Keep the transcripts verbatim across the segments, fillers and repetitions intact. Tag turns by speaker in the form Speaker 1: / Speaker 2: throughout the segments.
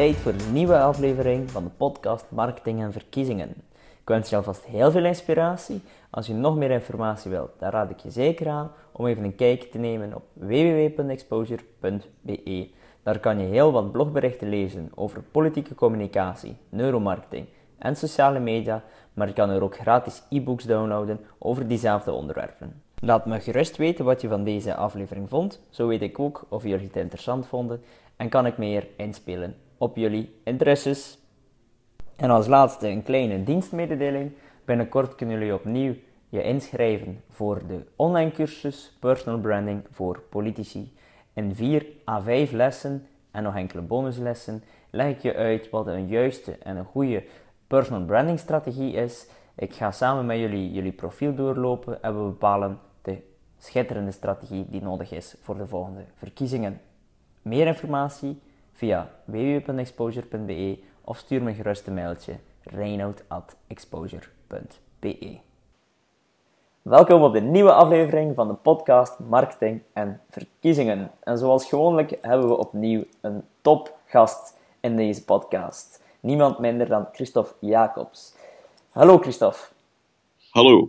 Speaker 1: tijd voor een nieuwe aflevering van de podcast Marketing en Verkiezingen. Ik wens je alvast heel veel inspiratie. Als je nog meer informatie wilt, dan raad ik je zeker aan om even een kijkje te nemen op w w w punt exposure punt b e. Daar kan je heel wat blogberichten lezen over politieke communicatie, neuromarketing en sociale media, maar je kan er ook gratis e-books downloaden over diezelfde onderwerpen. Laat me gerust weten wat je van deze aflevering vond, zo weet ik ook of jullie het interessant vonden en kan ik meer inspelen op jullie interesses. En als laatste een kleine dienstmededeling. Binnenkort kunnen jullie opnieuw je inschrijven voor de online cursus Personal Branding voor politici. In vier à vijf lessen en nog enkele bonuslessen leg ik je uit wat een juiste en een goede personal branding strategie is. Ik ga samen met jullie jullie profiel doorlopen en we bepalen de schitterende strategie die nodig is voor de volgende verkiezingen. Meer informatie via w w w punt exposure punt b e of stuur me gerust een mailtje reinoud at exposure punt b e. Welkom op de nieuwe aflevering van de podcast Marketing en Verkiezingen. En zoals gewoonlijk hebben we opnieuw een topgast in deze podcast. Niemand minder dan Christophe Jacobs. Hallo Christophe.
Speaker 2: Hallo.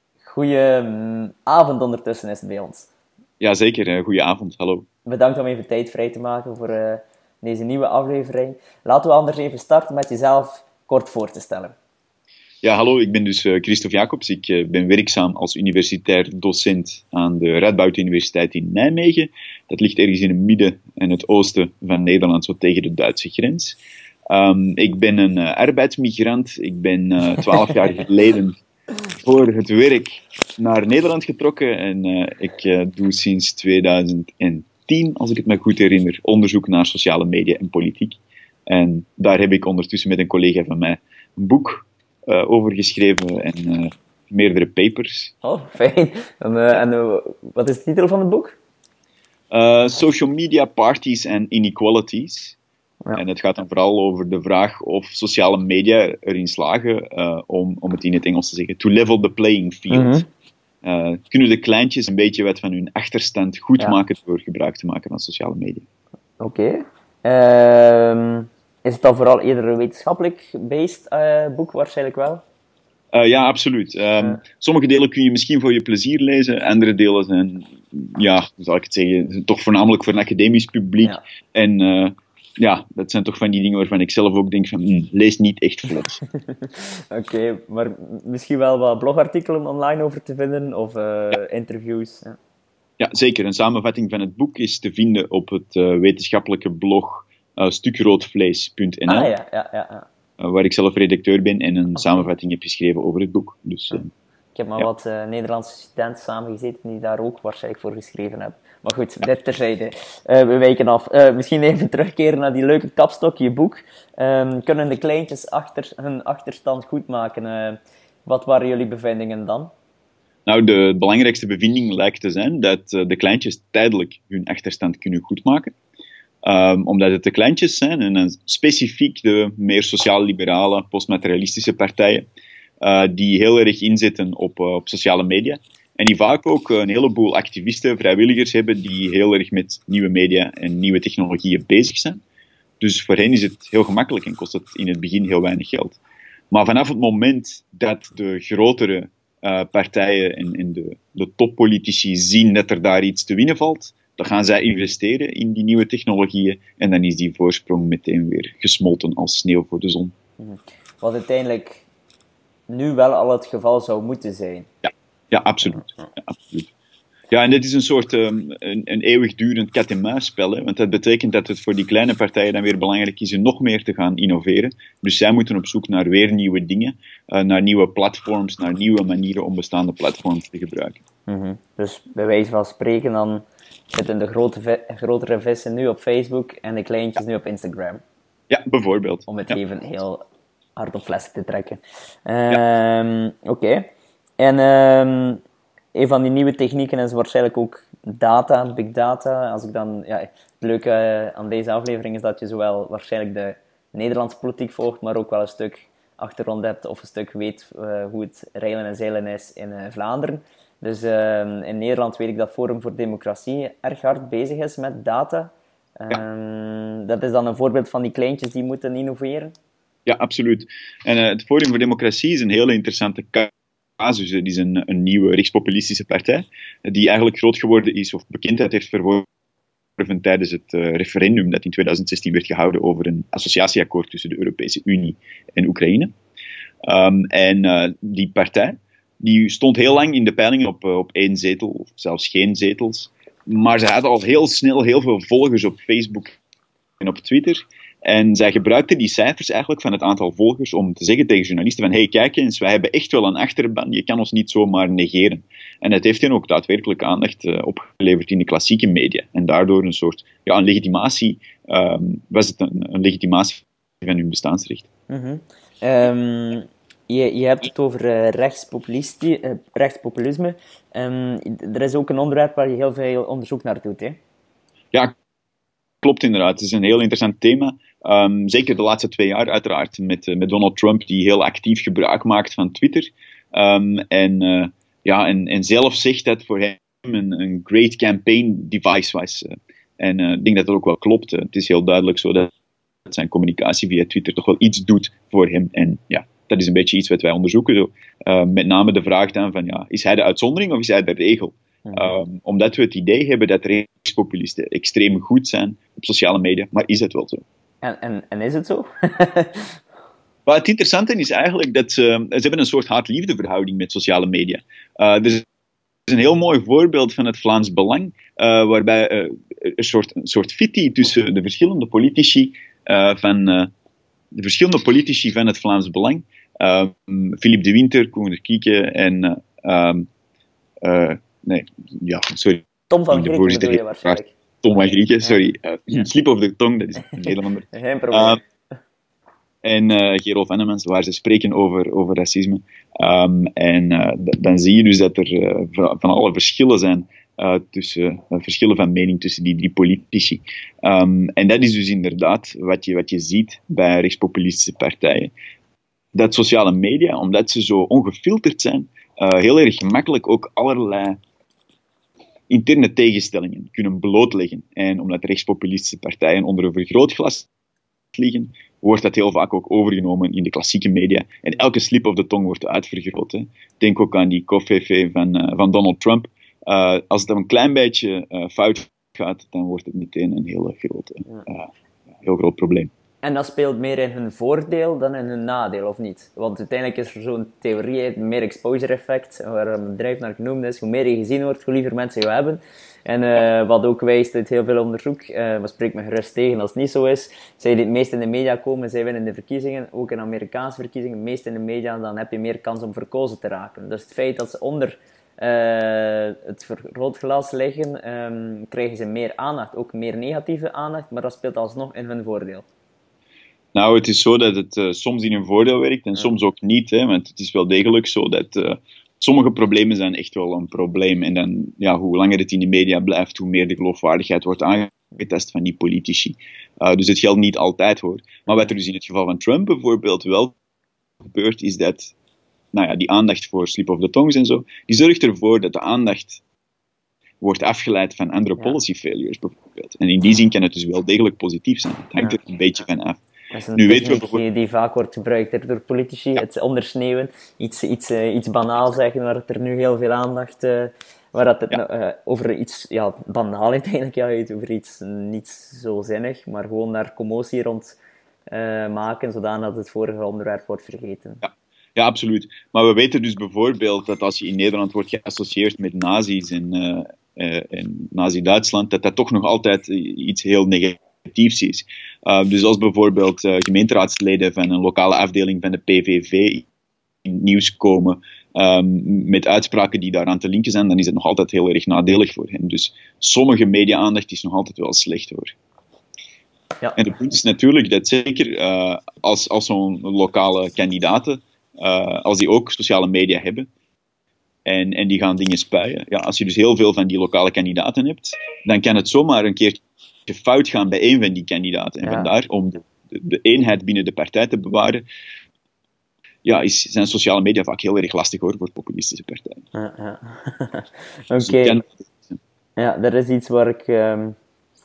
Speaker 1: Goedenavond ondertussen is het bij ons.
Speaker 2: Jazeker, goedenavond. Hallo.
Speaker 1: Bedankt om even tijd vrij te maken voor uh, deze nieuwe aflevering. Laten we anders even starten met jezelf kort voor te stellen.
Speaker 2: Ja, hallo, ik ben dus uh, Christophe Jacobs. Ik uh, ben werkzaam als universitair docent aan de Radboud Universiteit in Nijmegen. Dat ligt ergens in het midden en het oosten van Nederland, zo tegen de Duitse grens. Um, ik ben een uh, arbeidsmigrant. Ik ben uh, twaalf jaar geleden voor het werk naar Nederland getrokken. En uh, ik uh, doe sinds tweeduizend tien, als ik het me goed herinner, onderzoek naar sociale media en politiek. En daar heb ik ondertussen met een collega van mij een boek uh, over geschreven en uh, meerdere papers.
Speaker 1: Oh, fijn. En, uh, en uh, wat is de titel van het boek?
Speaker 2: Uh, Social Media, Parties and Inequalities. Ja. En het gaat dan vooral over de vraag of sociale media erin slagen, uh, om, om het in het Engels te zeggen, to level the playing field. Mm-hmm. Uh, kunnen de kleintjes een beetje wat van hun achterstand goed ja. maken door gebruik te maken van sociale media.
Speaker 1: Oké. Okay. Uh, is het dan vooral eerder een wetenschappelijk-based uh, boek waarschijnlijk wel?
Speaker 2: Uh, ja, absoluut. Um, ja. Sommige delen kun je misschien voor je plezier lezen, andere delen zijn, ja, hoe zal ik het zeggen, toch voornamelijk voor een academisch publiek. Ja. En uh, ja, dat zijn toch van die dingen waarvan ik zelf ook denk van, mm, lees niet echt vlot.
Speaker 1: Oké, okay, maar misschien wel wat blogartikelen online over te vinden, of uh, ja. interviews. Ja.
Speaker 2: ja, zeker. Een samenvatting van het boek is te vinden op het uh, wetenschappelijke blog uh, stukroodvlees punt n l.
Speaker 1: Ah, ja, ja, ja. ja.
Speaker 2: Uh, waar ik zelf redacteur ben en een okay. samenvatting heb geschreven over het boek. Dus, uh,
Speaker 1: ik heb maar ja. wat uh, Nederlandse studenten samengezeten die daar ook waarschijnlijk voor geschreven hebben. Maar goed, dit terzijde. Uh, we wijken af. Uh, misschien even terugkeren naar die leuke kapstok, je boek. Um, kunnen de kleintjes achter, hun achterstand goed maken? Uh, wat waren jullie bevindingen dan?
Speaker 2: Nou, de belangrijkste bevinding lijkt te zijn dat uh, de kleintjes tijdelijk hun achterstand kunnen goedmaken. Um, omdat het de kleintjes zijn en dan specifiek de meer sociaal-liberale, postmaterialistische partijen uh, die heel erg inzetten op, uh, op sociale media. En die vaak ook een heleboel activisten, vrijwilligers hebben die heel erg met nieuwe media en nieuwe technologieën bezig zijn. Dus voor hen is het heel gemakkelijk en kost het in het begin heel weinig geld. Maar vanaf het moment dat de grotere uh, partijen en, en de, de toppolitici zien dat er daar iets te winnen valt, dan gaan zij investeren in die nieuwe technologieën en dan is die voorsprong meteen weer gesmolten als sneeuw voor de zon.
Speaker 1: Wat uiteindelijk nu wel al het geval zou moeten zijn.
Speaker 2: Ja. Ja, absoluut. Ja, absoluut. Ja, en dit is een soort um, een, een eeuwigdurend kat-en-muisspel, hè, want dat betekent dat het voor die kleine partijen dan weer belangrijk is om nog meer te gaan innoveren. Dus zij moeten op zoek naar weer nieuwe dingen, uh, naar nieuwe platforms, naar nieuwe manieren om bestaande platforms te gebruiken.
Speaker 1: Mm-hmm. Dus bij wijze van spreken dan zitten de grote ve- grotere vissen nu op Facebook en de kleintjes ja. nu op Instagram.
Speaker 2: Ja, bijvoorbeeld.
Speaker 1: Om het
Speaker 2: ja.
Speaker 1: even heel hard op flessen te trekken. Um, ja. Oké. Okay. En um, een van die nieuwe technieken is waarschijnlijk ook data, big data. Als ik dan, ja, het leuke aan deze aflevering is dat je zowel waarschijnlijk de Nederlandse politiek volgt, maar ook wel een stuk achtergrond hebt of een stuk weet uh, hoe het reilen en zeilen is in uh, Vlaanderen. Dus uh, in Nederland weet ik dat Forum voor Democratie erg hard bezig is met data. Ja. Um, dat is dan een voorbeeld van die kleintjes die moeten innoveren?
Speaker 2: Ja, absoluut. En uh, het Forum voor Democratie is een hele interessante casus. Het is een, een nieuwe rechtspopulistische partij, die eigenlijk groot geworden is, of bekendheid heeft verworven tijdens het uh, referendum dat in tweeduizend zestien werd gehouden over een associatieakkoord tussen de Europese Unie en Oekraïne. Um, en uh, die partij die stond heel lang in de peilingen op, uh, op één zetel, of zelfs geen zetels. Maar ze hadden al heel snel heel veel volgers op Facebook en op Twitter. En zij gebruikten die cijfers eigenlijk van het aantal volgers om te zeggen tegen journalisten van hey, kijk eens, wij hebben echt wel een achterban, je kan ons niet zomaar negeren. En het heeft hen ook daadwerkelijk aandacht uh, opgeleverd in de klassieke media. En daardoor een soort ja, een legitimatie, um, was het een, een legitimatie van hun bestaansrecht.
Speaker 1: Mm-hmm. Um, je, je hebt het over uh, rechtspopulisti- uh, rechtspopulisme. Um, er is ook een onderwerp waar je heel veel onderzoek naar doet, hè?
Speaker 2: Ja, klopt inderdaad. Het is een heel interessant thema. Um, zeker de laatste twee jaar uiteraard, met, uh, met Donald Trump, die heel actief gebruik maakt van Twitter. Um, en, uh, ja, en, en zelf zegt dat voor hem een, een great campaign device was. Uh, en uh, ik denk dat dat ook wel klopt. Uh, het is heel duidelijk zo dat zijn communicatie via Twitter toch wel iets doet voor hem. En ja, dat is een beetje iets wat wij onderzoeken. Zo. Uh, met name de vraag dan van, ja, is hij de uitzondering of is hij de regel? Um, omdat we het idee hebben dat rechtspopulisten extreem goed zijn op sociale media, maar is het wel zo?
Speaker 1: En, en, en is het zo?
Speaker 2: Maar het interessante is eigenlijk dat ze, ze hebben een soort haat-liefde verhouding met sociale media. Uh, er is een heel mooi voorbeeld van het Vlaams Belang, uh, waarbij uh, een soort, een soort fitty tussen de verschillende politici uh, van uh, de verschillende politici van het Vlaams Belang, uh, Philippe de Winter, Koen de Kieke en uh, um, uh, nee, ja, sorry.
Speaker 1: Tom van Grieken bedoel je waarschijnlijk.
Speaker 2: Tom van Grieken, sorry. Uh, ja. Slip of the tongue, dat is een Nederlander.
Speaker 1: Geen probleem. Uh,
Speaker 2: en uh, Gerolf Ennemans, waar ze spreken over, over racisme. Um, en uh, d- dan zie je dus dat er uh, van alle verschillen zijn, uh, tussen, uh, verschillen van mening tussen die drie politici. Um, en dat is dus inderdaad wat je, wat je ziet bij rechtspopulistische partijen. Dat sociale media, omdat ze zo ongefilterd zijn, uh, heel erg gemakkelijk ook allerlei interne tegenstellingen kunnen blootleggen. En omdat rechtspopulistische partijen onder een vergrootglas liggen, wordt dat heel vaak ook overgenomen in de klassieke media. En elke slip of de tong wordt uitvergroot. Hè. Denk ook aan die koffievee van, uh, van Donald Trump. Uh, als het een klein beetje uh, fout gaat, dan wordt het meteen een heel groot, uh, heel groot probleem.
Speaker 1: En dat speelt meer in hun voordeel dan in hun nadeel, of niet? Want uiteindelijk is er zo'n theorie, meer exposure effect, waar een bedrijf naar genoemd is. Hoe meer je gezien wordt, hoe liever mensen jou hebben. En uh, wat ook wijst uit heel veel onderzoek, uh, wat spreekt me gerust tegen als het niet zo is, zij die het meest in de media komen, zij winnen de verkiezingen, ook in Amerikaanse verkiezingen, het meest in de media, dan heb je meer kans om verkozen te raken. Dus het feit dat ze onder uh, het vergrootglas liggen, um, krijgen ze meer aandacht, ook meer negatieve aandacht, maar dat speelt alsnog in hun voordeel.
Speaker 2: Nou, het is zo dat het uh, soms in hun voordeel werkt en ja. soms ook niet. Hè, want het is wel degelijk zo dat uh, sommige problemen zijn echt wel een probleem. En dan, ja, hoe langer het in de media blijft, hoe meer de geloofwaardigheid wordt aangetast van die politici. Uh, dus het geldt niet altijd, hoor. Maar wat er dus in het geval van Trump bijvoorbeeld wel gebeurt, is dat nou ja, die aandacht voor slip of the tongues en zo, die zorgt ervoor dat de aandacht wordt afgeleid van andere ja. policy failures bijvoorbeeld. En in die zin kan het dus wel degelijk positief zijn. Het hangt ja. er een beetje van af.
Speaker 1: Dat is een nu techniek we... die vaak wordt gebruikt door politici, ja. het ondersneeuwen, iets, iets, uh, iets banaal zeggen, waar het er nu heel veel aandacht, uh, waar dat het ja. uh, over iets, ja, banaal uiteindelijk, ja, over iets niet zo zinnig, maar gewoon daar commotie rond uh, maken, zodat het vorige onderwerp wordt vergeten.
Speaker 2: Ja. Ja, absoluut. Maar we weten dus bijvoorbeeld dat als je in Nederland wordt geassocieerd met nazi's en, uh, uh, en Nazi-Duitsland, dat dat toch nog altijd iets heel negatiefs is. Uh, dus als bijvoorbeeld uh, gemeenteraadsleden van een lokale afdeling van de P V V in het nieuws komen um, met uitspraken die daaraan te linken zijn, dan is het nog altijd heel erg nadelig voor hen. Dus sommige media-aandacht is nog altijd wel slecht hoor. Ja. En het punt is natuurlijk dat zeker uh, als, als zo'n lokale kandidaten, uh, als die ook sociale media hebben, en, en die gaan dingen spuien. Ja, als je dus heel veel van die lokale kandidaten hebt, dan kan het zomaar een keertje fout gaan bij één van die kandidaten. En ja. vandaar, om de, de, de eenheid binnen de partij te bewaren, ja, is, zijn sociale media vaak heel erg lastig hoor, voor populistische partijen.
Speaker 1: Ja, ja. Oké. Okay. Dus ja, dat is iets waar ik... Um...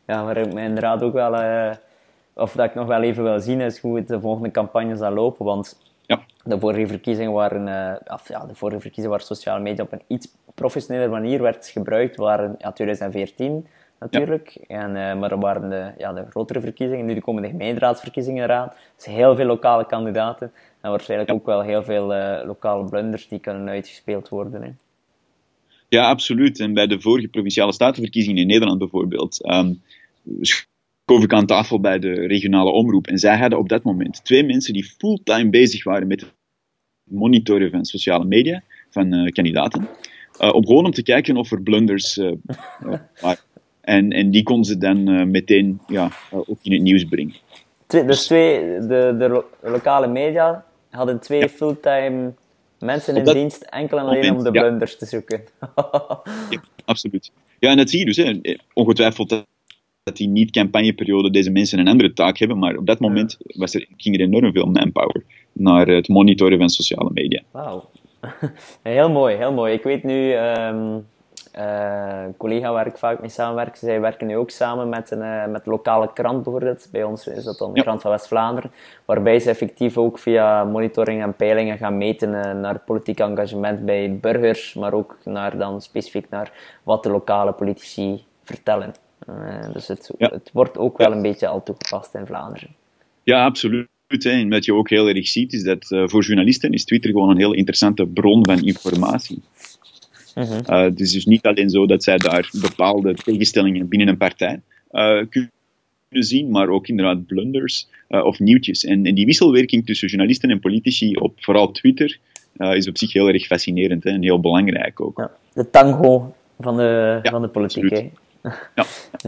Speaker 1: Ja, waar ik me inderdaad ook wel... Uh, of dat ik nog wel even wil zien, is hoe het de volgende campagne zal lopen. Want
Speaker 2: ja.
Speaker 1: de vorige verkiezingen waren... Uh, of, ja, de vorige verkiezingen waar sociale media op een iets professionele manier werd gebruikt, waren ja, twintig veertien natuurlijk. Ja. En, uh, maar er waren de, ja, de grotere verkiezingen. Nu komen de gemeenteraadsverkiezingen eraan. Dus heel veel lokale kandidaten. En waarschijnlijk ja. ook wel heel veel uh, lokale blunders die kunnen uitgespeeld worden. Hè.
Speaker 2: Ja, absoluut. En bij de vorige provinciale statenverkiezingen in Nederland bijvoorbeeld, um, schoof ik aan tafel bij de regionale omroep. En zij hadden op dat moment twee mensen die fulltime bezig waren met het monitoren van sociale media, van uh, kandidaten. Uh, om gewoon om te kijken of er blunders uh, uh, waren. En, en die konden ze dan uh, meteen ja, uh, ook in het nieuws brengen.
Speaker 1: Twee, dus twee, de, de lo- lokale media hadden twee ja. fulltime mensen in dienst, enkel en alleen moment, om de blunders ja. te zoeken.
Speaker 2: Ja, absoluut. Ja, en dat zie je dus. Hè. Ongetwijfeld dat, dat die niet-campagneperiode deze mensen een andere taak hebben, maar op dat moment was er, ging er enorm veel manpower naar het monitoren van sociale media.
Speaker 1: Wauw. Heel mooi, heel mooi. Ik weet nu... Um, Uh, een collega waar ik vaak mee samenwerk, zij werken nu ook samen met een, uh, met een lokale krant bijvoorbeeld. Bij ons is dat dan de ja. krant van West-Vlaanderen, waarbij ze effectief ook via monitoring en peilingen gaan meten uh, naar het politiek engagement bij burgers, maar ook naar dan specifiek naar wat de lokale politici vertellen. Uh, dus het, ja. het wordt ook wel een beetje al toegepast in Vlaanderen.
Speaker 2: Ja, absoluut. En wat je ook heel erg ziet, is dat uh, voor journalisten is Twitter gewoon een heel interessante bron van informatie. Uh-huh. Uh, het is dus niet alleen zo dat zij daar bepaalde tegenstellingen binnen een partij uh, kunnen zien, maar ook inderdaad blunders uh, of nieuwtjes. En, en die wisselwerking tussen journalisten en politici op vooral Twitter uh, is op zich heel erg fascinerend hè, en heel belangrijk ook.
Speaker 1: Ja, de tango van de,
Speaker 2: ja,
Speaker 1: van de politiek. Hè?
Speaker 2: Ja.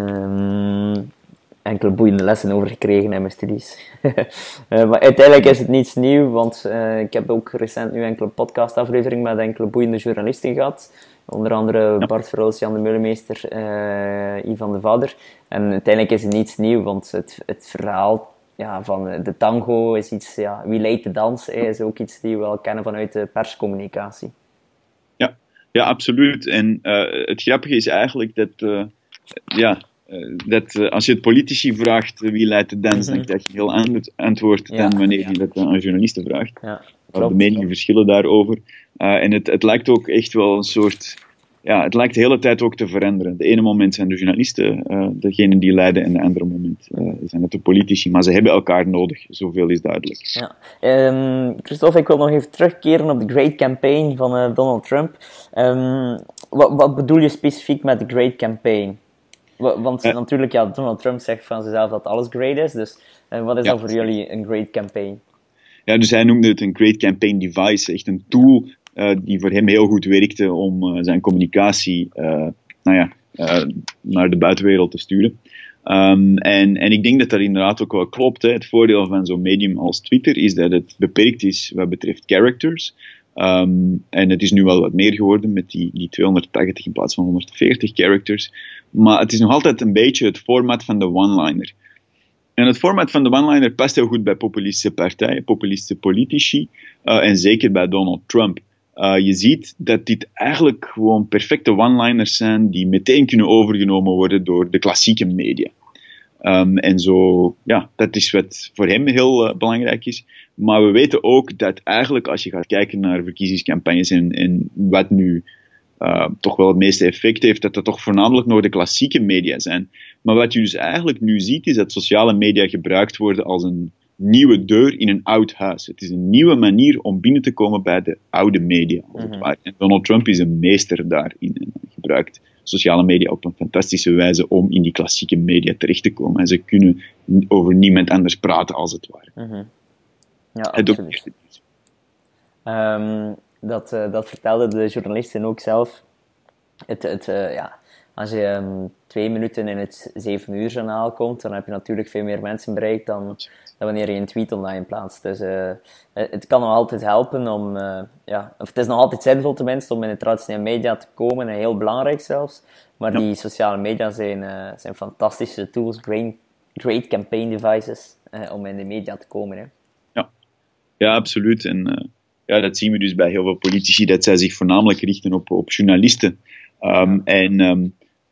Speaker 1: um, enkele boeiende lessen over gekregen in mijn studies. uh, maar uiteindelijk is het niets nieuws, want uh, ik heb ook recent nu enkele podcastafleveringen met enkele boeiende journalisten gehad. Onder andere ja. Bart Verhulst, Jan de Meulemeester, uh, Ivan de Vader. En uiteindelijk is het niets nieuws, want het, het verhaal ja, van de tango is iets... Ja, wie leidt de dans, hè, is ook iets die we wel kennen vanuit de perscommunicatie.
Speaker 2: Ja, ja absoluut. En uh, het grappige is eigenlijk dat... Uh, ja, Uh, dat uh, als je het politici vraagt uh, wie leidt de dans, mm-hmm. dan krijg je een heel ander antwoord ja, dan wanneer ja. je dat uh, aan journalisten vraagt. Ja, klopt, de meningen klopt. verschillen daarover. Uh, en het, het lijkt ook echt wel een soort... Ja, het lijkt de hele tijd ook te veranderen. De ene moment zijn de journalisten uh, degene die leiden en de andere moment uh, zijn het de politici. Maar ze hebben elkaar nodig, zoveel is duidelijk.
Speaker 1: Ja. Um, Christophe, ik wil nog even terugkeren op de Great Campaign van uh, Donald Trump. Um, wat, wat bedoel je specifiek met de Great Campaign? Want uh, natuurlijk, ja, Donald Trump zegt van zichzelf dat alles great is. Dus uh, wat is ja, dan voor jullie een great campaign?
Speaker 2: Ja, dus hij noemde het een great campaign device. Echt een tool uh, die voor hem heel goed werkte om uh, zijn communicatie uh, nou ja, uh, naar de buitenwereld te sturen. Um, en, en ik denk dat dat inderdaad ook wel klopt. Hè. Het voordeel van zo'n medium als Twitter is dat het beperkt is wat betreft characters. Um, en het is nu wel wat meer geworden met die, die tweehonderdtachtig in plaats van honderdveertig characters. Maar het is nog altijd een beetje het format van de one-liner. En het format van de one-liner past heel goed bij populistische partijen, populistische politici. Uh, en zeker bij Donald Trump. Uh, je ziet dat dit eigenlijk gewoon perfecte one-liners zijn die meteen kunnen overgenomen worden door de klassieke media. Um, en zo, ja, dat is wat voor hem heel uh, belangrijk is. Maar we weten ook dat eigenlijk als je gaat kijken naar verkiezingscampagnes en, en wat nu uh, toch wel het meeste effect heeft, dat dat toch voornamelijk nog de klassieke media zijn. Maar wat je dus eigenlijk nu ziet, is dat sociale media gebruikt worden als een nieuwe deur in een oud huis. Het is een nieuwe manier om binnen te komen bij de oude media, als het ware. En Donald Trump is een meester daarin en gebruikt sociale media op een fantastische wijze om in die klassieke media terecht te komen. En ze kunnen over niemand anders praten, als het ware.
Speaker 1: Mm-hmm. Ja, absoluut. Um, dat, uh, dat vertelde de journalisten ook zelf. Het, het, uh, ja, als je um, twee minuten in het zeven uur journaal komt, dan heb je natuurlijk veel meer mensen bereikt dan, dan wanneer je een tweet online plaatst. Dus uh, het kan nog altijd helpen om, uh, ja, of het is nog altijd zinvol tenminste om in de traditionele media te komen, en heel belangrijk zelfs. Maar ja. die sociale media zijn, uh, zijn fantastische tools, great, great campaign devices, uh, om in de media te komen. Hè.
Speaker 2: Ja. ja, absoluut. En uh, ja, dat zien we dus bij heel veel politici, dat zij zich voornamelijk richten op, op journalisten. Um, ja. En um,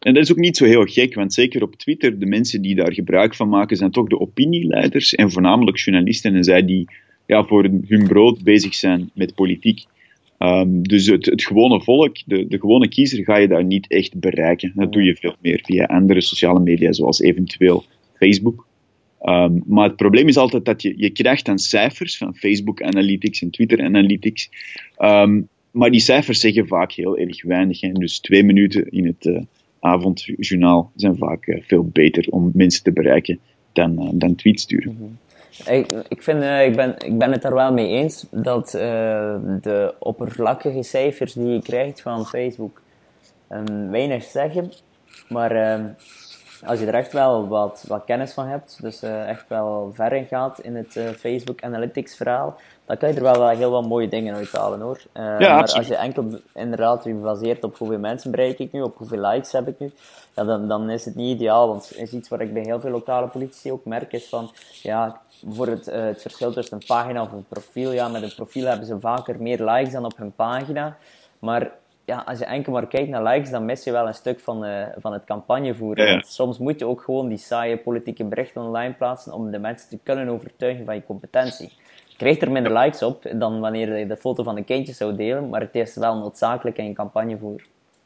Speaker 2: En dat is ook niet zo heel gek, want zeker op Twitter, de mensen die daar gebruik van maken, zijn toch de opinieleiders en voornamelijk journalisten en zij die ja, voor hun brood bezig zijn met politiek. Um, dus het, het gewone volk, de, de gewone kiezer, ga je daar niet echt bereiken. Dat doe je veel meer via andere sociale media, zoals eventueel Facebook. Um, maar het probleem is altijd dat je, je krijgt dan cijfers van Facebook Analytics en Twitter Analytics. Um, maar die cijfers zeggen vaak heel erg weinig. Hè. Dus twee minuten in het uh, avondjournaal zijn vaak uh, veel beter om mensen te bereiken dan, uh, dan tweets sturen.
Speaker 1: Mm-hmm. Ik, ik, vind, uh, ik, ben, ik ben het er wel mee eens dat uh, de oppervlakkige cijfers die je krijgt van Facebook um, weinig zeggen. Maar uh, als je er echt wel wat, wat kennis van hebt, dus uh, echt wel ver in gaat in het uh, Facebook Analytics verhaal, dan kan je er wel, wel heel wat mooie dingen uithalen hoor. Uh,
Speaker 2: ja,
Speaker 1: maar
Speaker 2: absoluut.
Speaker 1: Als je enkel inderdaad je baseert op hoeveel mensen bereik ik nu, op hoeveel likes heb ik nu, ja, dan, dan is het niet ideaal. Want is iets wat ik bij heel veel lokale politici ook merk is van, ja, voor het, uh, het verschil tussen een pagina of een profiel. Ja, met een profiel hebben ze vaker meer likes dan op hun pagina. Maar ja, als je enkel maar kijkt naar likes, dan mis je wel een stuk van, uh, van het campagnevoeren.
Speaker 2: Ja, ja.
Speaker 1: Want soms moet je ook gewoon die saaie politieke berichten online plaatsen om de mensen te kunnen overtuigen van je competentie. Je krijgt er minder likes op dan wanneer je de foto van de kindjes zou delen, maar het is wel noodzakelijk in je campagnevoer.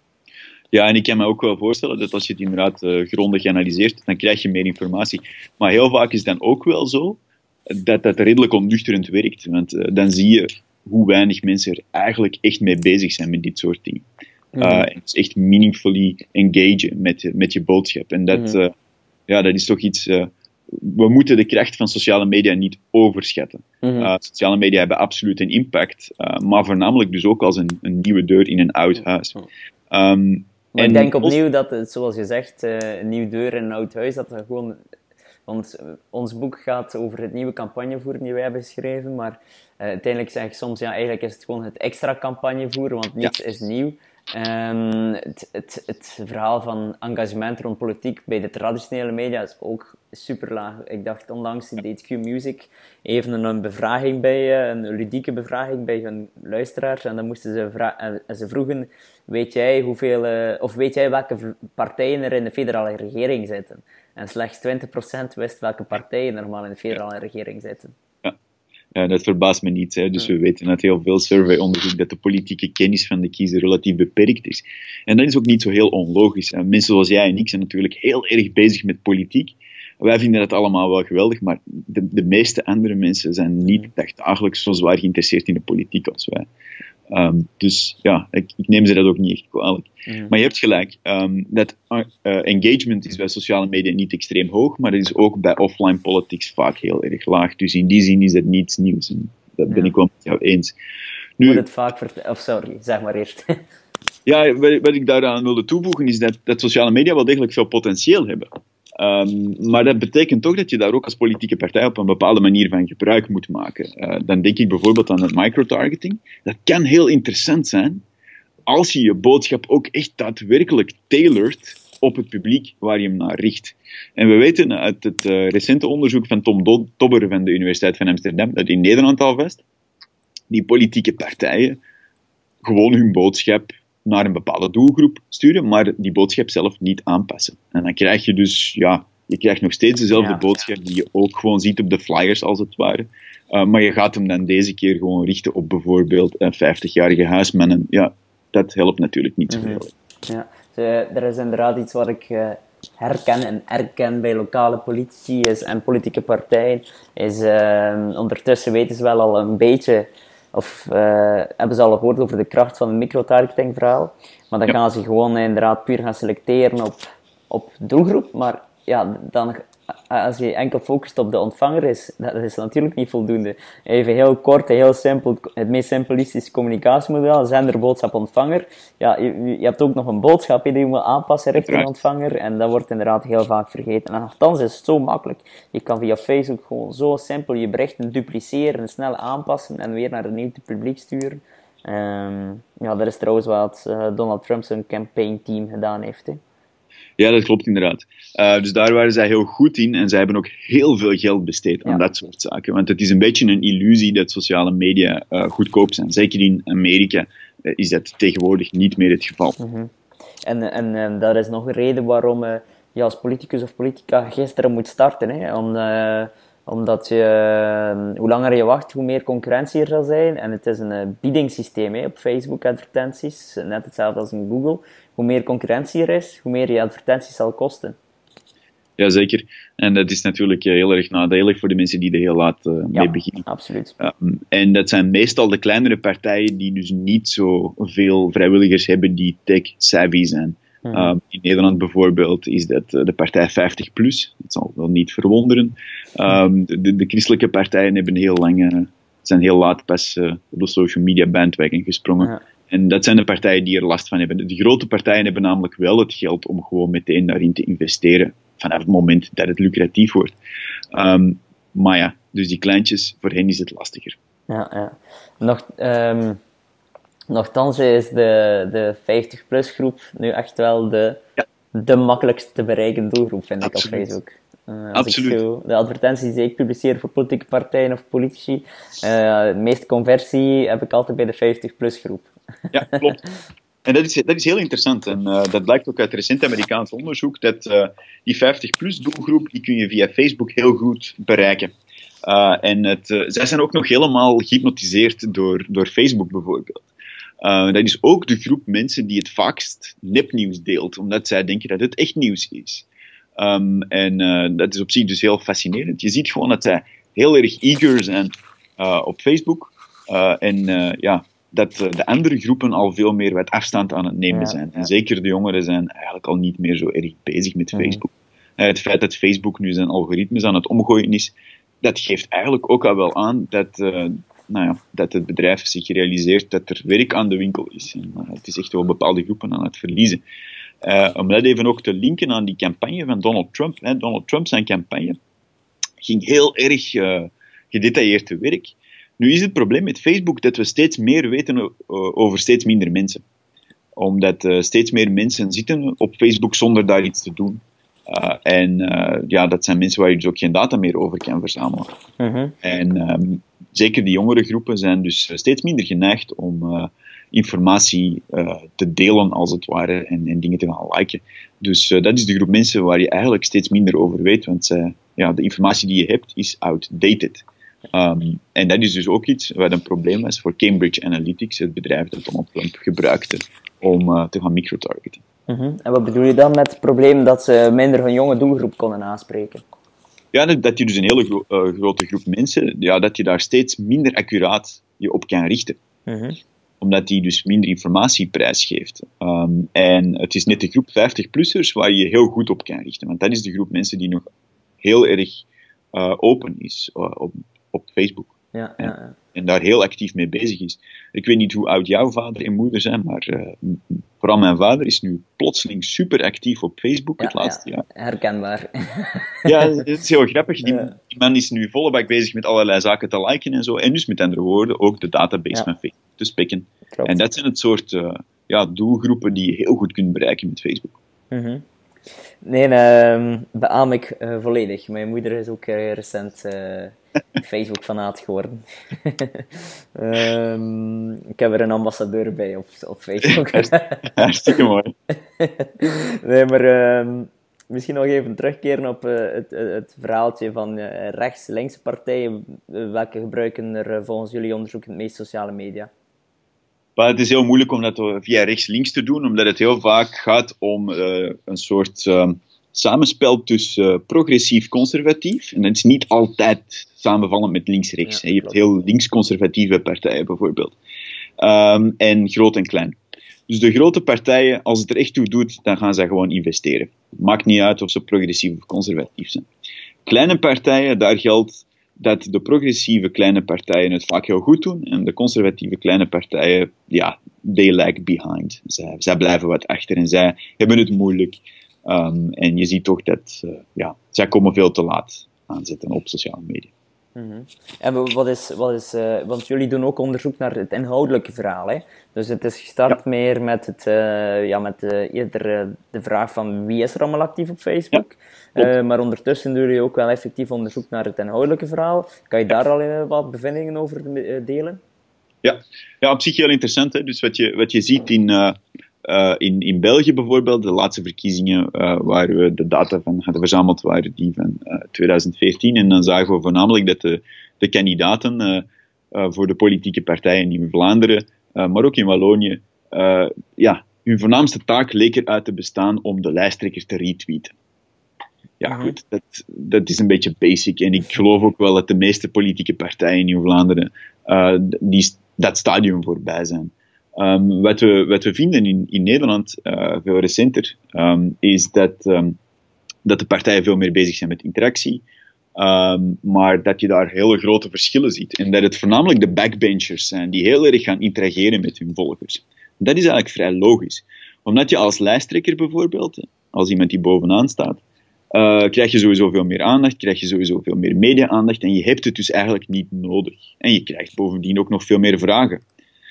Speaker 2: Ja, en ik kan me ook wel voorstellen dat als je het inderdaad uh, grondig analyseert, dan krijg je meer informatie. Maar heel vaak is het dan ook wel zo dat dat redelijk onnuchterend werkt. Want uh, dan zie je hoe weinig mensen er eigenlijk echt mee bezig zijn met dit soort dingen. Uh, mm-hmm. En dus echt meaningfully engagen met, met je boodschap. En dat, mm-hmm. uh, ja, dat is toch iets... Uh, we moeten de kracht van sociale media niet overschatten. Mm-hmm. Uh, sociale media hebben absoluut een impact, uh, maar voornamelijk dus ook als een, een nieuwe deur in een oud huis. Um,
Speaker 1: maar ik denk opnieuw dat het, zoals je zegt, uh, een nieuwe deur in een oud huis, dat er gewoon... Want ons boek gaat over het nieuwe campagnevoeren die wij hebben geschreven, maar uh, uiteindelijk zeg ik soms, ja, eigenlijk is het gewoon het extra campagnevoeren, want niets ja. is nieuw. Um, het, het, het verhaal van engagement rond politiek bij de traditionele media is ook super laag. Ik dacht onlangs in H Q Music even een bevraging bij, een ludieke bevraging bij hun luisteraars, en dan moesten ze, vra- en ze vroegen, weet jij hoeveel, uh, of weet jij welke partijen er in de federale regering zitten? En slechts twintig procent wist welke partijen normaal in de federale regering zitten.
Speaker 2: Ja, ja dat verbaast me niet. Hè. Dus we weten uit heel veel survey-onderzoek dat de politieke kennis van de kiezer relatief beperkt is. En dat is ook niet zo heel onlogisch. Mensen zoals jij en ik zijn natuurlijk heel erg bezig met politiek. Wij vinden dat allemaal wel geweldig, maar de, de meeste andere mensen zijn niet dagelijks zo zwaar geïnteresseerd in de politiek als wij. Um, dus ja, ik, ik neem ze dat ook niet echt kwalijk. Mm. Maar je hebt gelijk, um, dat uh, engagement is bij sociale media niet extreem hoog, maar het is ook bij offline politics vaak heel erg laag. Dus in die zin is het niets nieuws. En dat ben ja. ik wel met jou eens.
Speaker 1: Nu, moet het vaak vertellen, of sorry, zeg maar eerst.
Speaker 2: Ja, wat ik daaraan wilde toevoegen is dat, dat sociale media wel degelijk veel potentieel hebben. Um, maar dat betekent toch dat je daar ook als politieke partij op een bepaalde manier van gebruik moet maken. Uh, dan denk ik bijvoorbeeld aan het microtargeting. Dat kan heel interessant zijn als je je boodschap ook echt daadwerkelijk tailert op het publiek waar je hem naar richt. En we weten uit het uh, recente onderzoek van Tom Do- Tobber van de Universiteit van Amsterdam, dat in Nederland alvast, die politieke partijen gewoon hun boodschap naar een bepaalde doelgroep sturen, maar die boodschap zelf niet aanpassen. En dan krijg je dus, ja, je krijgt nog steeds dezelfde ja. boodschap die je ook gewoon ziet op de flyers, als het ware. Uh, maar je gaat hem dan deze keer gewoon richten op bijvoorbeeld uh, vijftigjarige huismannen. Ja, dat helpt natuurlijk niet zoveel.
Speaker 1: Mm-hmm. Ja, dus, uh, er is inderdaad iets wat ik uh, herken en erken bij lokale politici is, en politieke partijen. Is, uh, ondertussen weten ze wel al een beetje... Of uh, hebben ze al gehoord over de kracht van het microtargeting verhaal. Maar dan ja. gaan ze gewoon inderdaad puur gaan selecteren op, op doelgroep. Maar ja, dan, als je enkel focust op de ontvanger, is dat is natuurlijk niet voldoende. Even heel kort en heel simpel, het meest simplistisch communicatiemodel, zender, boodschap, ontvanger. Ja, je, je hebt ook nog een boodschap die je moet aanpassen richting de ontvanger. En dat wordt inderdaad heel vaak vergeten. En althans is het zo makkelijk. Je kan via Facebook gewoon zo simpel je berichten dupliceren, snel aanpassen en weer naar een nieuw publiek sturen. Um, ja, dat is trouwens wat uh, Donald Trump zijn campaign team gedaan heeft. Hè.
Speaker 2: Ja, dat klopt inderdaad. Uh, dus daar waren zij heel goed in en zij hebben ook heel veel geld besteed aan ja. dat soort zaken. Want het is een beetje een illusie dat sociale media uh, goedkoop zijn. Zeker in Amerika uh, is dat tegenwoordig niet meer het geval.
Speaker 1: Mm-hmm. En, en, en dat is nog een reden waarom uh, je als politicus of politica gisteren moet starten. Hè? Om, uh, omdat je, uh, hoe langer je wacht, hoe meer concurrentie er zal zijn. En het is een uh, biedingssysteem hè, op Facebook-advertenties. Net hetzelfde als in Google. Hoe meer concurrentie er is, hoe meer je advertenties zal kosten.
Speaker 2: Jazeker. En dat is natuurlijk heel erg nadelig voor de mensen die er heel laat uh, mee
Speaker 1: ja,
Speaker 2: beginnen.
Speaker 1: Absoluut.
Speaker 2: Um, en dat zijn meestal de kleinere partijen die dus niet zo veel vrijwilligers hebben die tech-savvy zijn. Hmm. Um, in Nederland bijvoorbeeld is dat uh, de partij vijftig plus. Dat zal wel niet verwonderen. Um, de, de christelijke partijen hebben heel lang, uh, zijn heel laat pas uh, op de social media bandwagon gesprongen. Ja. En dat zijn de partijen die er last van hebben. De grote partijen hebben namelijk wel het geld om gewoon meteen daarin te investeren. Vanaf het moment dat het lucratief wordt. Um, maar ja, dus die kleintjes, voor hen is het lastiger.
Speaker 1: Ja, ja. Nog, um, nochtans is de, de vijftig plus groep nu echt wel de, ja. de makkelijkst te bereiken doelgroep, vind ik, Absoluut. op Facebook. Uh, als
Speaker 2: Absoluut.
Speaker 1: Ik zo, de advertenties die ik publiceer voor politieke partijen of politici, uh, de meeste conversie heb ik altijd bij de vijftig plus groep.
Speaker 2: Ja, klopt. En dat is, dat is heel interessant. En uh, dat blijkt ook uit recent Amerikaans onderzoek, dat uh, die vijftig plus doelgroep, die kun je via Facebook heel goed bereiken. Uh, en het, uh, zij zijn ook nog helemaal gehypnotiseerd door, door Facebook bijvoorbeeld. Uh, dat is ook de groep mensen die het vaakst nepnieuws deelt, omdat zij denken dat het echt nieuws is. Um, en uh, dat is op zich dus heel fascinerend. Je ziet gewoon dat zij heel erg eager zijn uh, op Facebook. Uh, en uh, ja... dat de andere groepen al veel meer wat afstand aan het nemen zijn. Ja, ja. En zeker de jongeren zijn eigenlijk al niet meer zo erg bezig met Facebook. Mm-hmm. Het feit dat Facebook nu zijn algoritmes aan het omgooien is, dat geeft eigenlijk ook al wel aan dat, uh, nou ja, dat het bedrijf zich realiseert dat er werk aan de winkel is. En, uh, het is echt wel bepaalde groepen aan het verliezen. Uh, om dat even ook te linken aan die campagne van Donald Trump. Hè. Donald Trump zijn campagne ging heel erg uh, gedetailleerd te werk. Nu is het probleem met Facebook dat we steeds meer weten over steeds minder mensen. Omdat uh, steeds meer mensen zitten op Facebook zonder daar iets te doen. Uh, en uh, ja, dat zijn mensen waar je dus ook geen data meer over kan verzamelen. Uh-huh. En um, zeker die jongere groepen zijn dus steeds minder geneigd om uh, informatie uh, te delen, als het ware, en, en dingen te gaan liken. Dus uh, dat is de groep mensen waar je eigenlijk steeds minder over weet, want uh, ja, de informatie die je hebt is outdated. Um, en dat is dus ook iets wat een probleem was voor Cambridge Analytics, het bedrijf dat Donald Trump gebruikte om uh, te gaan microtargeten.
Speaker 1: Uh-huh. En wat bedoel je dan met het probleem dat ze minder een jonge doelgroep konden aanspreken?
Speaker 2: Ja, dat je dus een hele gro- uh, grote groep mensen, ja, dat je daar steeds minder accuraat je op kan richten. Uh-huh. Omdat die dus minder informatie prijsgeeft. Um, en het is net de groep vijftig-plussers waar je je heel goed op kan richten. Want dat is de groep mensen die nog heel erg uh, open is uh, op op Facebook.
Speaker 1: Ja, ja, ja.
Speaker 2: En daar heel actief mee bezig is. Ik weet niet hoe oud jouw vader en moeder zijn, maar uh, vooral mijn vader is nu plotseling super actief op Facebook
Speaker 1: ja,
Speaker 2: het laatste
Speaker 1: ja,
Speaker 2: jaar.
Speaker 1: Herkenbaar.
Speaker 2: Ja, het is heel grappig. Die, ja. die man is nu volle bak bezig met allerlei zaken te liken en zo. En dus met andere woorden ook de database ja. van Facebook te spikken. En dat zijn het soort uh, ja, doelgroepen die je heel goed kunt bereiken met Facebook.
Speaker 1: Mm-hmm. Nee, uh, beaam ik uh, volledig. Mijn moeder is ook uh, recent uh, Facebook-fanaat geworden. um, ik heb er een ambassadeur bij op, op Facebook.
Speaker 2: Hartstikke mooi.
Speaker 1: Nee, maar uh, misschien nog even terugkeren op uh, het, het verhaaltje van uh, rechts-linkse partijen. Uh, welke gebruiken er uh, volgens jullie onderzoek het meest sociale media?
Speaker 2: Maar het is heel moeilijk om dat via rechts-links te doen, omdat het heel vaak gaat om uh, een soort uh, samenspel tussen uh, progressief-conservatief. En dat is niet altijd samenvallend met links-rechts. Ja, je hebt heel links-conservatieve partijen bijvoorbeeld. Um, en groot en klein. Dus de grote partijen, als het er echt toe doet, dan gaan ze gewoon investeren. Maakt niet uit of ze progressief of conservatief zijn. Kleine partijen, daar geldt dat de progressieve kleine partijen het vaak heel goed doen en de conservatieve kleine partijen, ja, they lag behind. Zij, zij blijven wat achter en zij hebben het moeilijk. Um, en je ziet toch dat, uh, ja, zij komen veel te laat aanzetten op sociale media.
Speaker 1: Mm-hmm. En wat is, wat is uh, want jullie doen ook onderzoek naar het inhoudelijke verhaal, hè? Dus het is gestart ja. meer met, het, uh, ja, met uh, eerder uh, de vraag van wie is er allemaal actief op Facebook. Ja. Uh, maar ondertussen doen jullie ook wel effectief onderzoek naar het inhoudelijke verhaal. Kan je daar al uh, wat bevindingen over uh, delen?
Speaker 2: Ja. ja, op zich heel interessant. Hè? Dus wat je, wat je ziet in, uh, Uh, in, in België bijvoorbeeld, de laatste verkiezingen uh, waar we de data van hadden verzameld waren die van uh, twintig veertien. En dan zagen we voornamelijk dat de, de kandidaten uh, uh, voor de politieke partijen in Vlaanderen, uh, maar ook in Wallonië, uh, ja, hun voornaamste taak leek eruit te bestaan om de lijsttrekker te retweeten. Ja, mm-hmm. goed, dat, dat is een beetje basic. En ik geloof ook wel dat de meeste politieke partijen in Vlaanderen uh, die, dat stadium voorbij zijn. Um, wat, we, wat we vinden in, in Nederland, uh, veel recenter, um, is dat, um, dat de partijen veel meer bezig zijn met interactie, um, maar dat je daar hele grote verschillen ziet. En dat het voornamelijk de backbenchers zijn die heel erg gaan interageren met hun volgers. Dat is eigenlijk vrij logisch. Omdat je als lijsttrekker bijvoorbeeld, als iemand die bovenaan staat, uh, krijg je sowieso veel meer aandacht, krijg je sowieso veel meer media-aandacht en je hebt het dus eigenlijk niet nodig. En je krijgt bovendien ook nog veel meer vragen.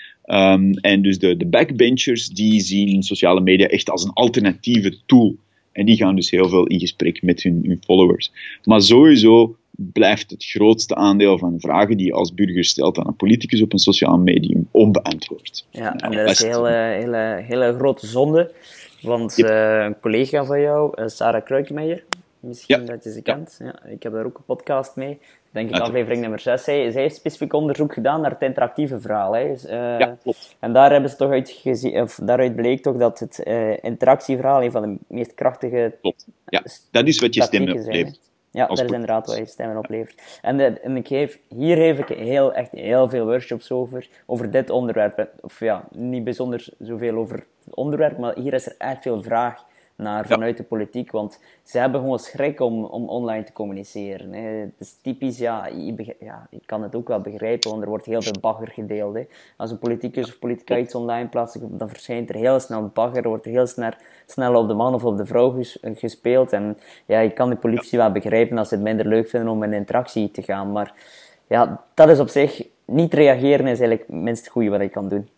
Speaker 2: Um, en dus de, de backbenchers, die zien sociale media echt als een alternatieve tool. En die gaan dus heel veel in gesprek met hun, hun followers. Maar sowieso blijft het grootste aandeel van de vragen die je als burger stelt aan een politicus op een sociaal medium onbeantwoord.
Speaker 1: Ja, en dat is een hele, hele, hele grote zonde. Want yep. uh, een collega van jou, uh, Sarah Kruikmeijer, misschien ja. dat je ze kent. Ja. Ja, ik heb daar ook een podcast mee. Denk ik, ja, aflevering nummer zes. Zij, zij heeft specifiek onderzoek gedaan naar het interactieve verhaal. Hè. Dus, uh,
Speaker 2: ja, klopt.
Speaker 1: En daar hebben ze toch uit gezien, of daaruit bleek toch dat het uh, interactieverhaal een van de meest krachtige.
Speaker 2: Klopt. Ja, dat is wat je stemmen oplevert.
Speaker 1: Ja, dat is inderdaad wat je stemmen oplevert. En, de, en ik geef, hier geef ik heel, echt heel veel workshops over, over dit onderwerp. Of ja, niet bijzonder zoveel over het onderwerp, maar hier is er echt veel vraag naar vanuit ja. de politiek, want ze hebben gewoon schrik om, om online te communiceren. Hè. Het is typisch, ja je, begrijp, ja, je kan het ook wel begrijpen, want er wordt heel veel bagger gedeeld. Hè. Als een politicus of politica iets online plaatst, dan verschijnt er heel snel bagger, er wordt er heel snel, snel op de man of op de vrouw ges, gespeeld. En ja, je kan de politici wel begrijpen als ze het minder leuk vinden om in interactie te gaan, maar ja, dat is op zich, niet reageren is eigenlijk het minst goede wat je kan doen.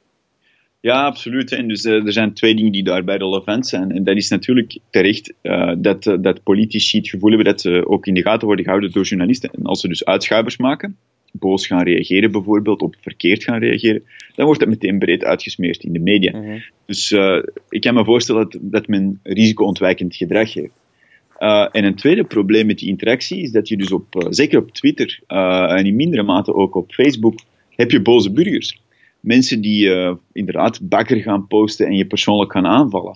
Speaker 2: Ja, absoluut. En dus uh, er zijn twee dingen die daarbij relevant zijn. En dat is natuurlijk terecht uh, dat, uh, dat politici het gevoel hebben dat ze ook in de gaten worden gehouden door journalisten. En als ze dus uitschuivers maken, boos gaan reageren bijvoorbeeld, op verkeerd gaan reageren, dan wordt dat meteen breed uitgesmeerd in de media. Uh-huh. Dus uh, ik kan me voorstellen dat, dat men risicoontwijkend gedrag heeft. Uh, en een tweede probleem met die interactie is dat je dus op, uh, zeker op Twitter uh, en in mindere mate ook op Facebook, heb je boze burgers. Mensen die uh, inderdaad bakker gaan posten en je persoonlijk gaan aanvallen.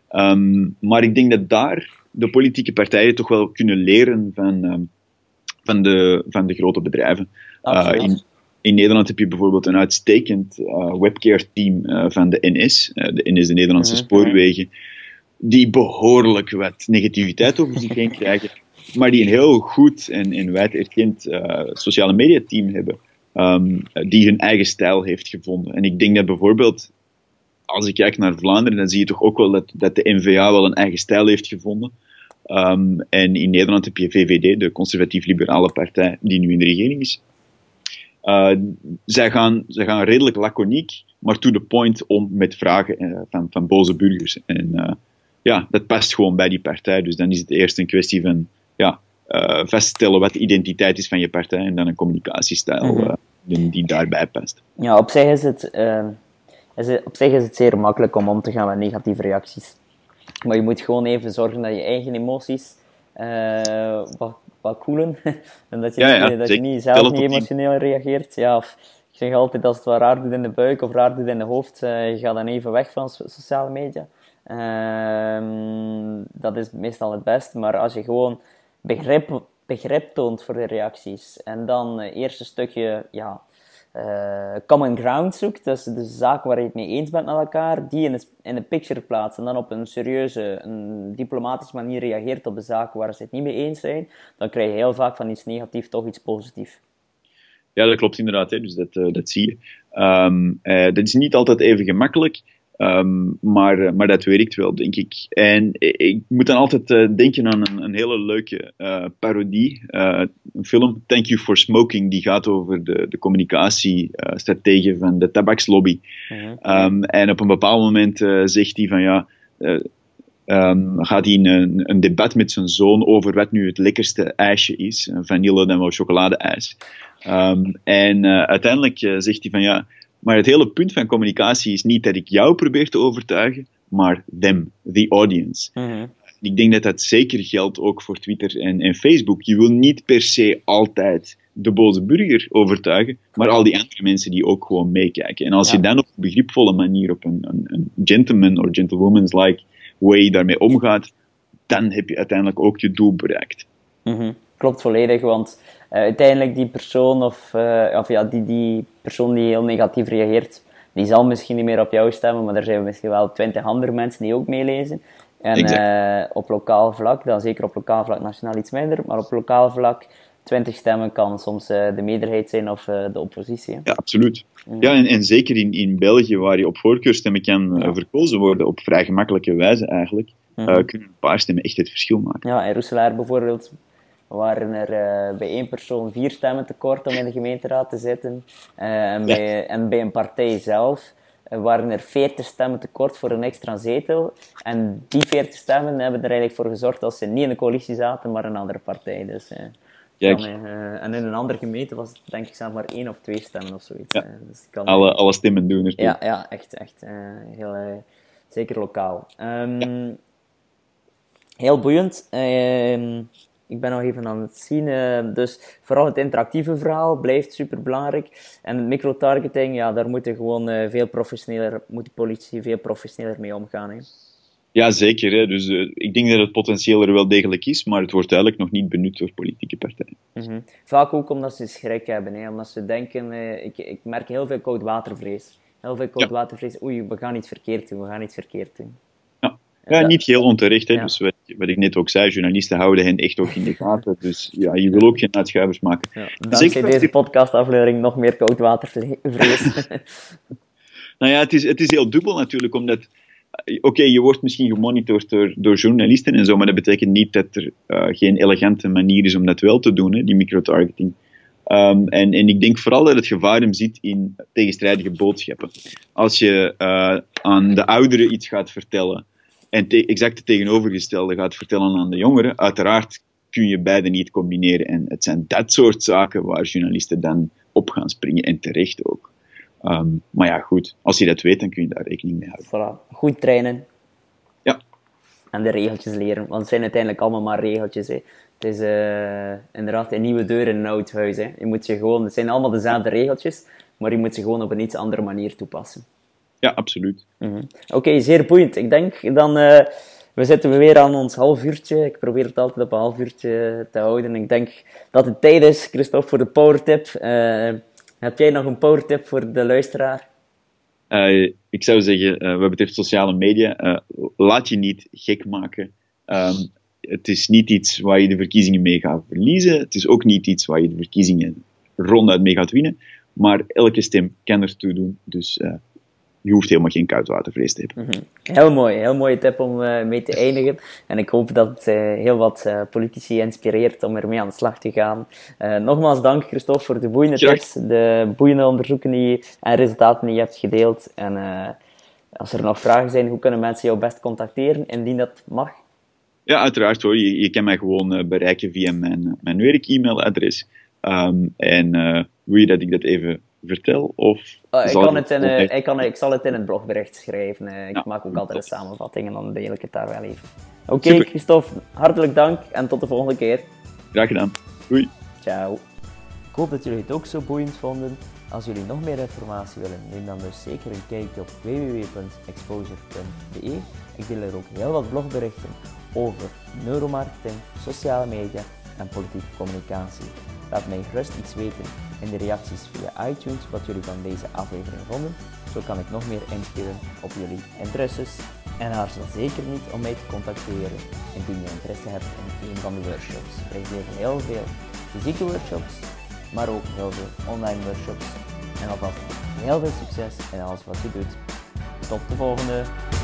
Speaker 2: Um, maar ik denk dat daar de politieke partijen toch wel kunnen leren van, um, van, de, van de grote bedrijven. Uh, in, in Nederland heb je bijvoorbeeld een uitstekend uh, webcare-team uh, van de N S, uh, de N S, de Nederlandse mm-hmm. Spoorwegen, die behoorlijk wat negativiteit over zich heen krijgen, maar die een heel goed en, en wijd erkend uh, sociale media-team hebben. Um, die hun eigen stijl heeft gevonden. En ik denk dat bijvoorbeeld, als ik kijk naar Vlaanderen, dan zie je toch ook wel dat, dat de N V A wel een eigen stijl heeft gevonden. Um, en in Nederland heb je V V D, de conservatief-liberale partij, die nu in de regering is. Uh, zij, gaan, zij gaan redelijk laconiek, maar to the point om met vragen uh, van, van boze burgers. En uh, ja, dat past gewoon bij die partij. Dus dan is het eerst een kwestie van ja, uh, vaststellen wat de identiteit is van je partij en dan een communicatiestijl mm-hmm. uh, die, die daarbij past.
Speaker 1: Ja, op zich is het, uh, is het, op zich is het zeer makkelijk om om te gaan met negatieve reacties. Maar je moet gewoon even zorgen dat je eigen emoties uh, wat, wat koelen. En dat je, ja, ja, dat je niet zelf niet emotioneel team. reageert. Ja, of, ik zeg altijd, als het wat raar doet in de buik of raar doet in de hoofd, uh, je gaat dan even weg van so- sociale media. Uh, dat is meestal het beste. Maar als je gewoon begrip, begrip toont voor de reacties en dan uh, eerst een stukje ja, uh, common ground zoekt, dus de zaken waar je het mee eens bent met elkaar, die in de, in de picture plaatst en dan op een serieuze, een diplomatische manier reageert op de zaken waar ze het niet mee eens zijn, dan krijg je heel vaak van iets negatiefs toch iets positiefs.
Speaker 2: Ja, dat klopt inderdaad. Hè. Dus dat, uh, dat zie je. Um, uh, dat is niet altijd even gemakkelijk. Um, maar, maar dat werkt wel, denk ik. En ik moet dan altijd uh, denken aan een, een hele leuke uh, parodie. Uh, een film, Thank You for Smoking, die gaat over de, de communicatiestrategieën uh, van de tabakslobby. Uh-huh. Um, en op een bepaald moment uh, zegt hij van ja... Uh, um, gaat hij een, een debat met zijn zoon over wat nu het lekkerste ijsje is. Vanille dan wel chocoladeijs. Um, en uh, uiteindelijk uh, zegt hij van ja... Maar het hele punt van communicatie is niet dat ik jou probeer te overtuigen, maar them, the audience.
Speaker 1: Mm-hmm.
Speaker 2: Ik denk dat dat zeker geldt ook voor Twitter en, en Facebook. Je wil niet per se altijd de boze burger overtuigen, maar al die andere mensen die ook gewoon meekijken. En als
Speaker 1: ja.
Speaker 2: je dan op een begripvolle manier, op een, een, een gentleman or gentlewoman's-like way daarmee omgaat, dan heb je uiteindelijk ook je doel bereikt.
Speaker 1: Mm-hmm. Klopt volledig, want uh, uiteindelijk die persoon of, uh, of ja, die, die persoon die heel negatief reageert, die zal misschien niet meer op jou stemmen, maar er zijn misschien wel twintig andere mensen die ook meelezen. En uh, op lokaal vlak, dan zeker op lokaal vlak nationaal iets minder, maar op lokaal vlak twintig stemmen kan soms uh, de meerderheid zijn of uh, de oppositie. Hè?
Speaker 2: Ja, absoluut. Mm. Ja, en, en zeker in, in België, waar je op voorkeurstemmen kan ja. uh, verkozen worden, op vrij gemakkelijke wijze eigenlijk, mm-hmm. uh, kunnen een paar stemmen echt het verschil maken.
Speaker 1: Ja, in Roeselaar bijvoorbeeld waren er uh, bij één persoon vier stemmen tekort om in de gemeenteraad te zitten. Uh, en, bij, ja. en bij een partij zelf uh, waren er veertig stemmen tekort voor een extra zetel. En die veertig stemmen hebben er eigenlijk voor gezorgd dat ze niet in de coalitie zaten, maar een andere partij. Dus, uh, kan, uh, en in een andere gemeente was het denk ik zelfs maar één of twee stemmen of zoiets.
Speaker 2: Ja.
Speaker 1: Uh, dus kan,
Speaker 2: alle, alle stemmen doen er toe.
Speaker 1: Ja, ja, echt, echt uh, heel, uh, zeker lokaal. Um, ja. Heel boeiend. Uh, Ik ben nog even aan het zien. Uh, dus vooral het interactieve verhaal blijft super belangrijk. En het microtargeting, ja, daar moet gewoon uh, veel professioneler, moet de politie veel professioneler mee omgaan. Hè.
Speaker 2: Ja, zeker. Hè. Dus, uh, ik denk dat het potentieel er wel degelijk is, maar het wordt duidelijk nog niet benut door politieke partijen.
Speaker 1: Mm-hmm. Vaak ook omdat ze schrik hebben. Hè. Omdat ze denken, uh, ik, ik merk heel veel koudwatervrees. Heel veel koudwatervrees. Ja. Oei, we gaan iets verkeerd doen, we gaan iets verkeerd doen.
Speaker 2: Ja, niet heel onterecht. Hè. Ja. Dus wat, wat ik net ook zei, journalisten houden hen echt ook in de gaten. Dus ja, je wil ook geen uitschuivers maken.
Speaker 1: Ja, dankzij Zeker deze podcastaflevering nog meer koudwatervrees.
Speaker 2: Nou ja, het is, het is heel dubbel natuurlijk, omdat... Oké, okay, je wordt misschien gemonitord door, door journalisten en zo, maar dat betekent niet dat er uh, geen elegante manier is om dat wel te doen, hè, die microtargeting. Um, en, en ik denk vooral dat het gevaar hem zit in tegenstrijdige boodschappen. Als je uh, aan de ouderen iets gaat vertellen, en te- exact het tegenovergestelde gaat vertellen aan de jongeren, uiteraard kun je beide niet combineren. En het zijn dat soort zaken waar journalisten dan op gaan springen, en terecht ook. Um, maar ja, goed, als je dat weet, dan kun je daar rekening mee houden.
Speaker 1: Voilà. Goed trainen.
Speaker 2: Ja.
Speaker 1: En de regeltjes leren, want het zijn uiteindelijk allemaal maar regeltjes. Hè. Het is uh, inderdaad een nieuwe deur in een oud huis. Hè. Je moet je gewoon, het zijn allemaal dezelfde regeltjes, maar je moet ze gewoon op een iets andere manier toepassen.
Speaker 2: Ja, absoluut.
Speaker 1: Mm-hmm. Oké, okay, zeer boeiend. Ik denk dan, uh, we zitten weer aan ons half uurtje. Ik probeer het altijd op een half uurtje te houden. Ik denk dat het tijd is, Christophe, voor de powertip. Uh, heb jij nog een powertip voor de luisteraar?
Speaker 2: Uh, ik zou zeggen, uh, wat betreft sociale media, uh, laat je niet gek maken. Um, het is niet iets waar je de verkiezingen mee gaat verliezen. Het is ook niet iets waar je de verkiezingen ronduit mee gaat winnen. Maar elke stem kan ertoe doen. Dus... Uh, Je hoeft helemaal geen koudwatervrees te hebben.
Speaker 1: Mm-hmm. Heel mooi, heel mooie tip om uh, mee te eindigen. En ik hoop dat het uh, heel wat uh, politici inspireert om ermee aan de slag te gaan. Uh, nogmaals dank, Christophe, voor de boeiende
Speaker 2: Graag.
Speaker 1: tips, de boeiende onderzoeken die, en resultaten die je hebt gedeeld. En uh, als er nog vragen zijn, hoe kunnen mensen jou best contacteren, indien dat mag?
Speaker 2: Ja, uiteraard hoor. Je, je kan mij gewoon uh, bereiken via mijn, mijn werk-e-mailadres. Um, en uh, wil je dat ik dat even... vertel? Of
Speaker 1: uh, ik, kan het in, uh, ik, kan, ik zal het in het blogbericht schrijven. Uh, ik
Speaker 2: ja,
Speaker 1: maak ook altijd de samenvatting en dan deel ik het daar wel even. Oké, okay, Christophe, hartelijk dank en tot de volgende keer.
Speaker 2: Graag gedaan. Doei.
Speaker 1: Ciao. Ik hoop dat jullie het ook zo boeiend vonden. Als jullie nog meer informatie willen, neem dan dus zeker een kijkje op w w w punt exposure punt b e. Ik deel er ook heel wat blogberichten over neuromarketing, sociale media en politieke communicatie. Laat mij gerust iets weten in de reacties via iTunes wat jullie van deze aflevering vonden. Zo kan ik nog meer inspelen op jullie interesses. En aarzel zeker niet om mij te contacteren indien je interesse hebt in een van de workshops. Wij geven heel veel fysieke workshops, maar ook heel veel online workshops. En alvast heel veel succes in alles wat je doet. Tot de volgende!